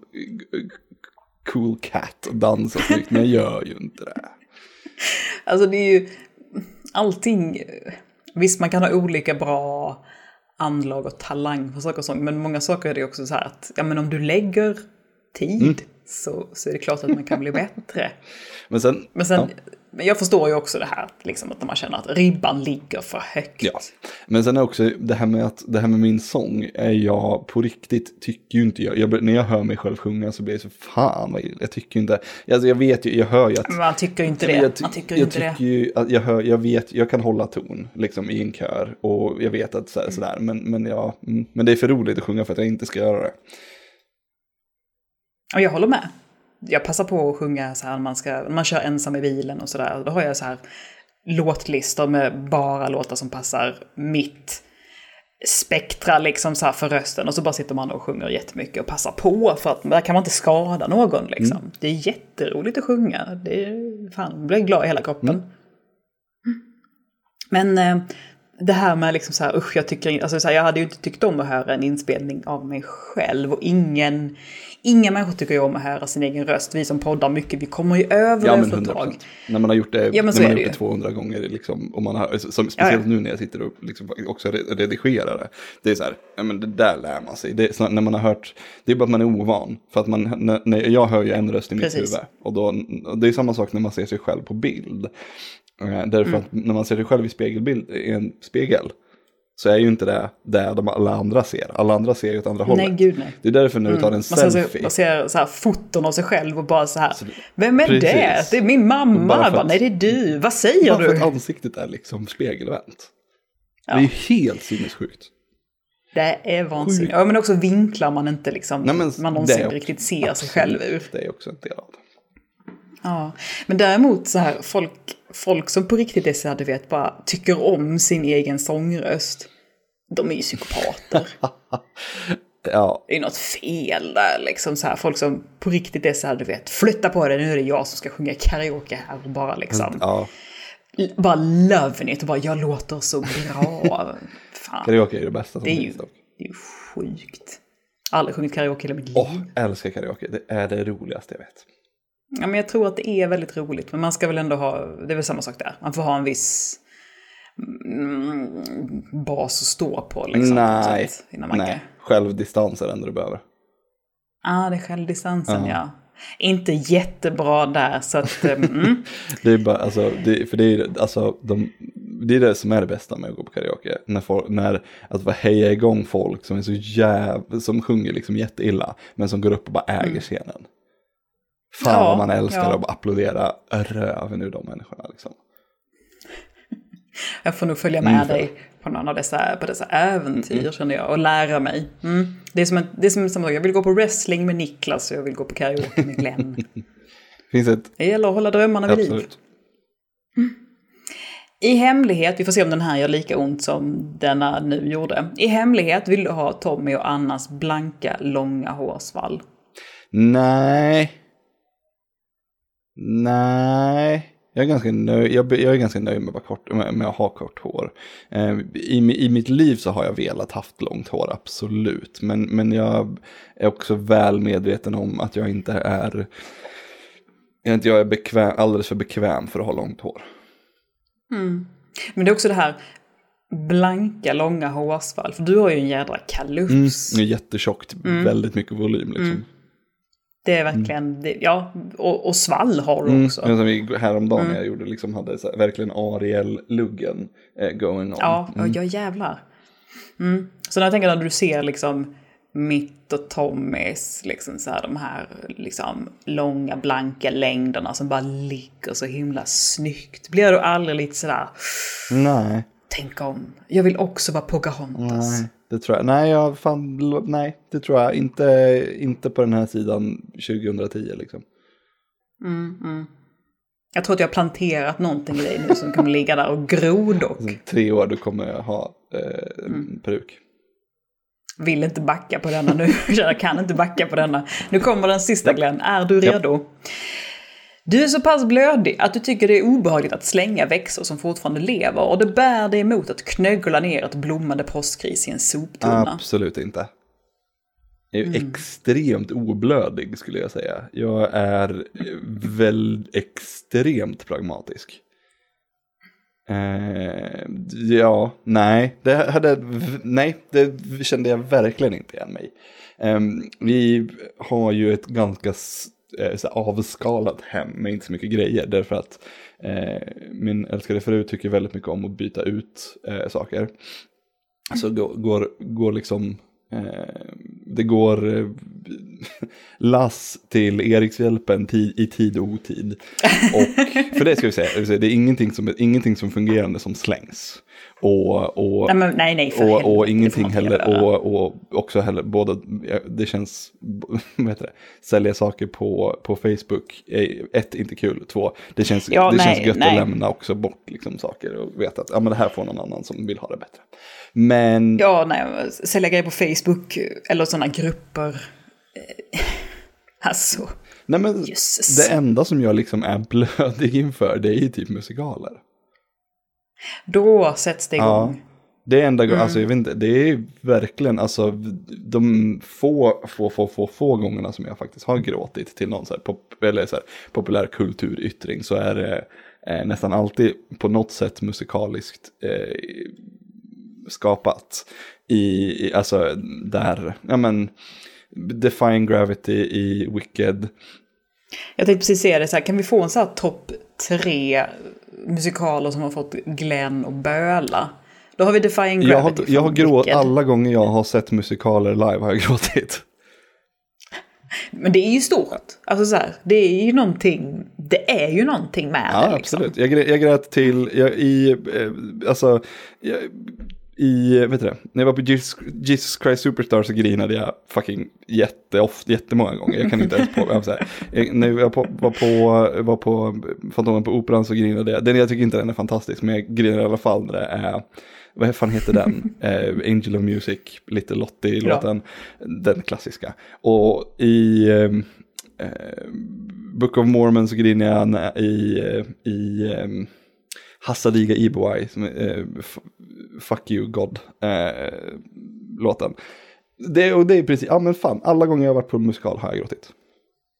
cool cat och dansa snyggt, men jag gör ju inte det. Alltså det är ju allting. Visst, man kan ha olika bra anlag och talang för saker och sånt, men många saker är det också så här att ja, men om du lägger tid mm. så, så är det klart att man kan bli bättre. Men sen, men sen ja. Men jag förstår ju också det här, liksom, att man känner att ribban ligger för högt. Ja, men sen är också det här med att det här med min sång är jag på riktigt tycker ju inte jag, jag när jag hör mig själv sjunga så blir det så fan vad jag tycker ju inte, alltså jag vet ju, jag hör ju att men man tycker ju inte det. Jag, ty- man tycker jag inte tycker det. ju att jag hör, jag vet, jag kan hålla ton liksom i en kör och jag vet att så här, mm. sådär, men men ja, mm, men det är för roligt att sjunga för att jag inte ska göra det. Och jag håller med. Jag passar på att sjunga så här när man, ska, när man kör ensam i bilen och sådär. Då har jag så här låtlistor med bara låtar som passar mitt spektra liksom så här för rösten. Och så bara sitter man och sjunger jättemycket och passar på. För att där kan man inte skada någon liksom. Mm. Det är jätteroligt att sjunga. Det är, fan, jag blir glad i hela kroppen. Mm. Men eh, det här med liksom så här, usch, jag tycker, alltså så här, jag hade ju inte tyckt om att höra en inspelning av mig själv. Och ingen... Inga människor tycker ju om att höra sin egen röst. Vi som poddar mycket, vi kommer ju över ja, det för ett tag. När man har gjort det, ja, när man har gjort det tvåhundra gånger. Liksom, och man har, som, speciellt ja, ja. nu när jag sitter och liksom också redigerar det. Det är så här, ja, men det där lär man sig. Det är så, när man har hört, det är bara att man är ovan. För att man, när, när jag hör ju en röst i mitt Precis. huvud. Och, då, och det är samma sak när man ser sig själv på bild. Uh, därför mm. att när man ser sig själv i spegelbild, i en spegel. Så är ju inte det där de alla andra ser. Alla andra ser ju åt andra hållet. Nej, gud nej. Det är därför när du tar en mm. selfie. Man ser så här foton av sig själv och bara så här. Så, vem är precis. det? Det är min mamma. Bara bara, nej, det är du. Vad säger bara du? Bara för att ansiktet är liksom spegelvänt. Ja. Det är ju helt sinnessjukt. Det är vansinnigt. Ja, men också vinklar man inte liksom. Nej, men man någonsin riktigt ser absolut. sig själv ur. Det är också en del av det. Ja, men däremot så här, folk, folk som på riktigt är så här, du vet, bara tycker om sin egen sångröst. De är ju psykopater. Ja. Det är något fel där, liksom så här. Folk som på riktigt är så här, du vet, flytta på det, nu är det jag som ska sjunga karaoke här och bara liksom. Ja. Bara love it och bara, jag låter så bra. Fan. Karaoke är det bästa som det är finns. Ju, det är ju sjukt. Aldrig sjungit karaoke i hela mitt liv. Åh, jag älskar karaoke. Det är det roligaste jag vet. Ja, men jag tror att det är väldigt roligt. Men man ska väl ändå ha, det är väl samma sak där. Man får ha en viss mm, bas att stå på. Liksom, nej, innan man nej. Kan... Självdistans är det enda du behöver. Ja, ah, det är självdistansen, ja. ja. inte jättebra där, så att... Mm. Det är bara, alltså, det, för det är, alltså, de, det är det som är det bästa med att gå på karaoke. När, folk, när att bara heja igång folk som är så jävla, som sjunger liksom jätteilla, men som går upp och bara äger mm. scenen. Fan ja, vad man älskar ja. att bara applådera röven ur de människorna liksom. Jag får nog följa med mm, dig på någon av dessa, på dessa äventyr mm. känner jag, och lära mig. Mm. Det är som en, det är som, som jag vill gå på wrestling med Niklas och jag vill gå på karaoke med Glenn. Finns ett... Det gäller att hålla drömmarna vid liv. Mm. I hemlighet, vi får se om den här gör lika ont som denna nu gjorde. I hemlighet vill du ha Tommy och Annas blanka, långa hårsvall. Nej. Nej. Jag är ganska nöjd, jag, jag är ganska nöjd med, bara kort, med, med att ha kort hår. Eh, i, I mitt liv så har jag velat haft långt hår, absolut. Men, men jag är också väl medveten om att jag inte är, jag inte jag är bekväm, alldeles för bekväm för att ha långt hår. Mm. Men det är också det här blanka, långa hårsvall. För du har ju en jädra kalufs. Mm, jättetjockt, mm. väldigt mycket volym liksom. Mm. Det är verkligen, mm. det, ja, och, och svall har du mm. också. Som vi häromdagen mm. jag gjorde, liksom hade så här, verkligen Ariel-luggen eh, going on. Ja, mm. ja jävlar. Mm. Så när jag tänker när du ser liksom mitt och Tommys, liksom så här, de här liksom långa, blanka längderna som bara ligger så himla snyggt. Blir du aldrig lite sådär, nej. Tänk om, jag vill också vara Pocahontas. Nej. Det tror jag. Nej, jag fan, nej, det tror jag inte, inte på den här sidan tjugohundratio liksom. Mm, mm. Jag tror att jag har planterat någonting i dig nu som kommer ligga där och gro dock. Alltså, tre år du kommer ha eh, mm. peruk. Vill inte backa på denna nu. Jag kan inte backa på denna. Nu kommer den sista, Glenn. Är du redo? Ja. Du är så pass blödig att du tycker det är obehagligt att slänga växter som fortfarande lever, och det bär dig emot att knöggla ner ett blommande påskris i en soptunna. Absolut inte. Jag är mm. extremt oblödig skulle jag säga. Jag är väl extremt pragmatisk. Eh, ja, nej. Det hade, nej, det kände jag verkligen inte igen mig. Eh, vi har ju ett ganska så avskalat hem med inte så mycket grejer, därför att eh, min älskade fru tycker väldigt mycket om att byta ut eh, saker. Så går, går, går liksom eh, det går eh, lass till Erikshjälpen tid, i tid och otid. Och för det ska vi säga, det är ingenting som, ingenting som fungerande som slängs. Och, och, nej, men, nej, nej, för och, helvete, och ingenting heller, och, och också heller, båda, det känns, vad heter det, sälja saker på, på Facebook, ett, inte kul, två, det känns, ja, det nej, känns gött nej. att lämna också bort liksom saker och veta att ja, men det här får någon annan som vill ha det bättre. Men... Ja, nej, sälja grejer på Facebook eller sådana grupper, alltså. Nej, men Jesus. Det enda som jag liksom är blödig inför, det är ju typ musikaler. Då sätts det igång. Ja, det är enda, mm. alltså jag vet inte, det är verkligen, alltså de få, få, få, få, få gångerna som jag faktiskt har gråtit till någon så här, pop, eller så här, populär kulturyttring, så är det eh, nästan alltid på något sätt musikaliskt eh, skapat. I, i, alltså där, ja men, Defying Gravity i Wicked. Jag tänkte precis säga det så här, kan vi få en så här topp tre musikaler som har fått Glenn och böla? Då har vi Defying Gravity. Jag har, jag har gråt alla gånger jag har sett musikaler live har jag gråtit. Men det är ju stort. Alltså så här, det är ju någonting, det är ju någonting med ja, det liksom. Absolut. Jag, jag grät till jag, i eh, alltså jag, i, vet du det, när jag var på Jesus, Jesus Christ Superstar så grinade jag fucking jätteofta, jättemånga gånger. Jag kan inte ens på, jag, så här, jag, när jag på, var på, var på Fantomen på Operan så grinade jag. Den, jag tycker inte den är fantastisk, men jag grinar i alla fall när det är, vad fan heter den? eh, Angel of Music, Little Lottie-låten, den klassiska. Och i eh, Book of Mormon så grinar jag i, i eh, Hassadiga Iboai, som är f- Fuck You God eh, låten. Det, och det är precis, ja men fan, alla gånger jag har varit på en musikal har jag gråtit.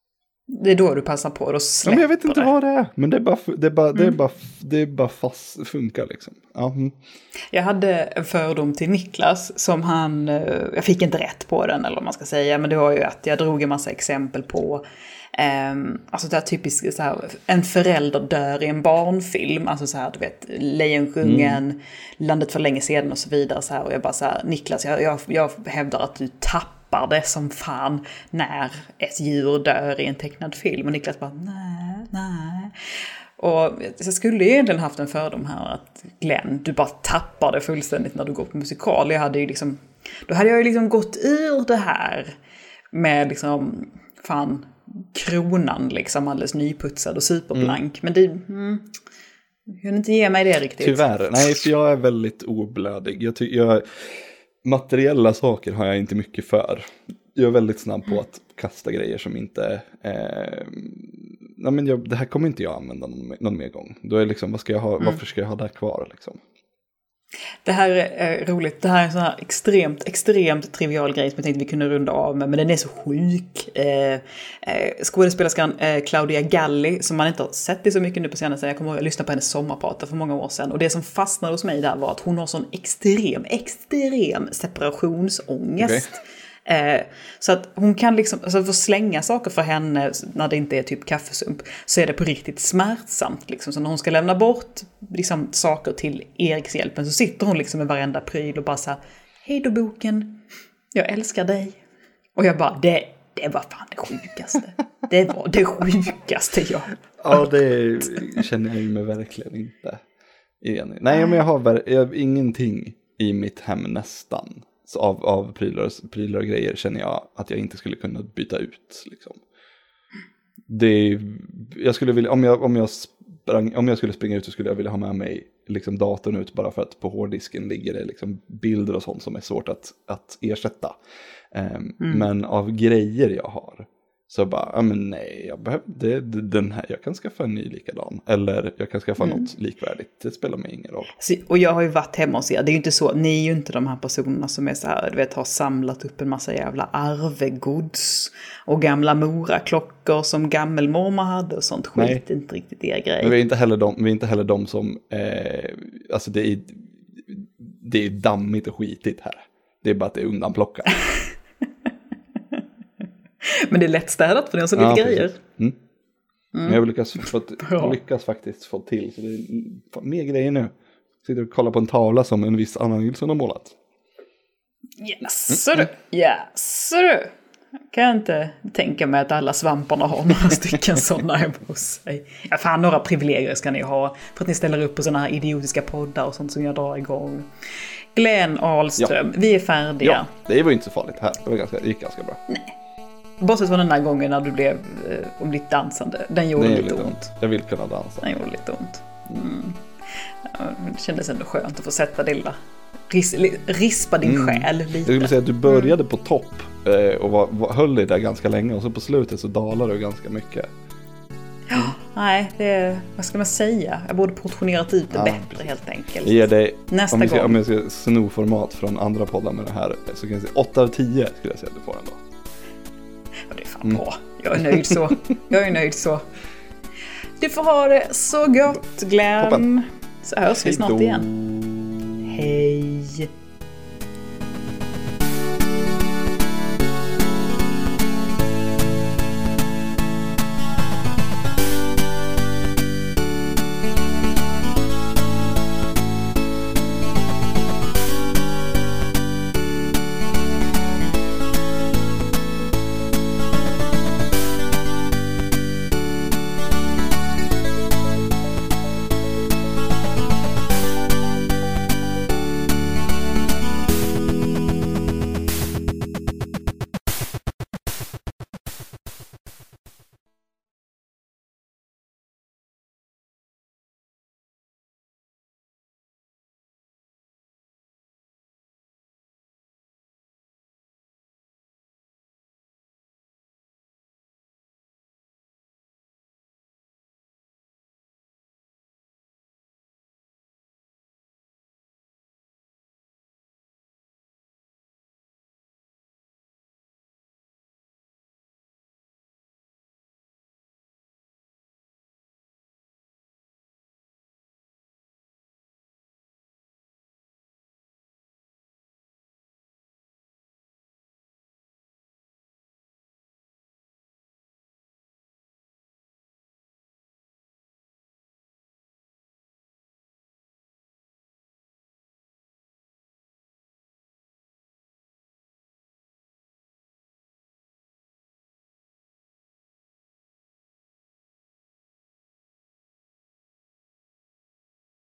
Det är då du passar på det och släpper ja, men jag vet inte det. vad det är. Men det är bara, det är bara, Mm. det är bara, det är bara fast funkar liksom. Ja. Mm. Jag hade en fördom till Niklas som han, jag fick inte rätt på den eller vad man ska säga, men det var ju att jag drog en massa exempel på Um, alltså det här typiskt så här, en förälder dör i en barnfilm, alltså så här, du vet, Lejonkungen, mm. Landet för länge sedan och så vidare så här, och jag bara så här, Niklas, jag, jag, jag hävdar att du tappar det som fan när ett djur dör i en tecknad film, och Niklas bara, nej, nej. Och jag skulle ju egentligen haft en fördom här att Glenn, du bara tappar det fullständigt när du går på musikal. Jag hade ju liksom, då hade jag ju liksom gått ur det här med liksom, fan, kronan liksom alldeles nyputsad och superblank. Mm. Men det mm, jag kunde inte ge mig det riktigt. Tyvärr, nej, för jag är väldigt oblödig. Jag ty- jag, materiella saker har jag inte mycket för. Jag är väldigt snabb på att kasta grejer som inte eh, nej, men jag, det här kommer inte jag använda någon, någon mer gång. Då är liksom, vad ska jag ha, mm. varför ska jag ha det här kvar liksom? Det här är roligt. Det här är en sån här extremt, extremt trivial grej som jag tänkte vi kunde runda av med. Men den är så sjuk. Eh, eh, skådespelerskan eh, Claudia Galli, som man inte har sett det så mycket nu på senare. Jag kommer ihåg att jag lyssnade på hennes sommarprata för många år sedan. Och det som fastnade hos mig där var att hon har sån extrem, extrem separationsångest. Okay. Eh, så att hon kan liksom, alltså för slänga saker för henne när det inte är typ kaffesump, så är det på riktigt smärtsamt liksom. Så när hon ska lämna bort liksom saker till Erikshjälpen så sitter hon liksom med varenda pryl och bara så här, hej då boken, jag älskar dig. Och jag bara, det, det var fan det sjukaste. Det var det sjukaste jag ja, det känner jag ju mig verkligen inte enig. Nej, men jag har, jag har ingenting i mitt hem nästan. Så av, av prylar, prylar och grejer känner jag att jag inte skulle kunna byta ut. Liksom. Det, jag skulle vilja, om, jag, om, jag sprang, om jag skulle springa ut så skulle jag vilja ha med mig liksom datorn ut, bara för att på hårddisken ligger det liksom bilder och sånt som är svårt att, att ersätta. Um, mm. Men av grejer jag har så bara, ja men nej, jag behöver det, den här, jag kan skaffa en ny likadan. Eller jag kan skaffa mm. något likvärdigt. Det spelar mig ingen roll. Och jag har ju varit hemma hos er. Det är ju inte så, ni är ju inte de här personerna som är så här, du vet, har samlat upp en massa jävla arvegods och gamla moraklockor som gammelmormor hade och sånt skit. Nej. Inte riktigt er grej. Men vi är inte heller de, vi är inte heller de som, eh, alltså det är, det är dammigt och skitigt här. Det är bara att det är undanplockat. Men det är lätt städat för det är så lite ja, grejer. Mm. Mm. Men jag lyckas, få, lyckas faktiskt få till. Så det är mer grejer nu. Sitter och kollar på en tavla som en viss Anna Nilsson har målat. Yes, mm. du. Yes, du. Kan jag inte tänka mig att alla svamparna har några stycken sådana hemma hos sig. Ja, fan, några privilegier ska ni ha. För att ni ställer upp på sådana här idiotiska poddar och sånt som jag drar igång. Glenn Ahlström, ja. Vi är färdiga. Ja, det var ju inte så farligt här. Det, var ganska, det gick ganska bra. Nej. Bortsett från den där gången när du blev eh, om ditt dansande. Den gjorde lite, lite ont. ont. Jag vill kunna dansa. Den gjorde lite ont. Mm. Ja, det kändes ändå skönt att få sätta det lilla. Ris, rispa din mm. själ lite. Jag skulle säga att du började mm. på topp eh, och var, var, höll dig där ganska länge. Och så på slutet så dalade du ganska mycket. Ja, mm. nej, det, vad ska man säga? Jag borde portionerat ut det ja, bättre precis. Helt enkelt. Ge dig, nästa om jag ska, gång. Om jag ska sno format från andra poddar med det här så kan jag säga åtta av tio skulle jag säga att du får ändå. Ja, det är fan mm. bra. Jag är nöjd så. Jag är nöjd så. Du får ha det så gott, Glenn. Toppen. Så hörs vi snart igen. Hej.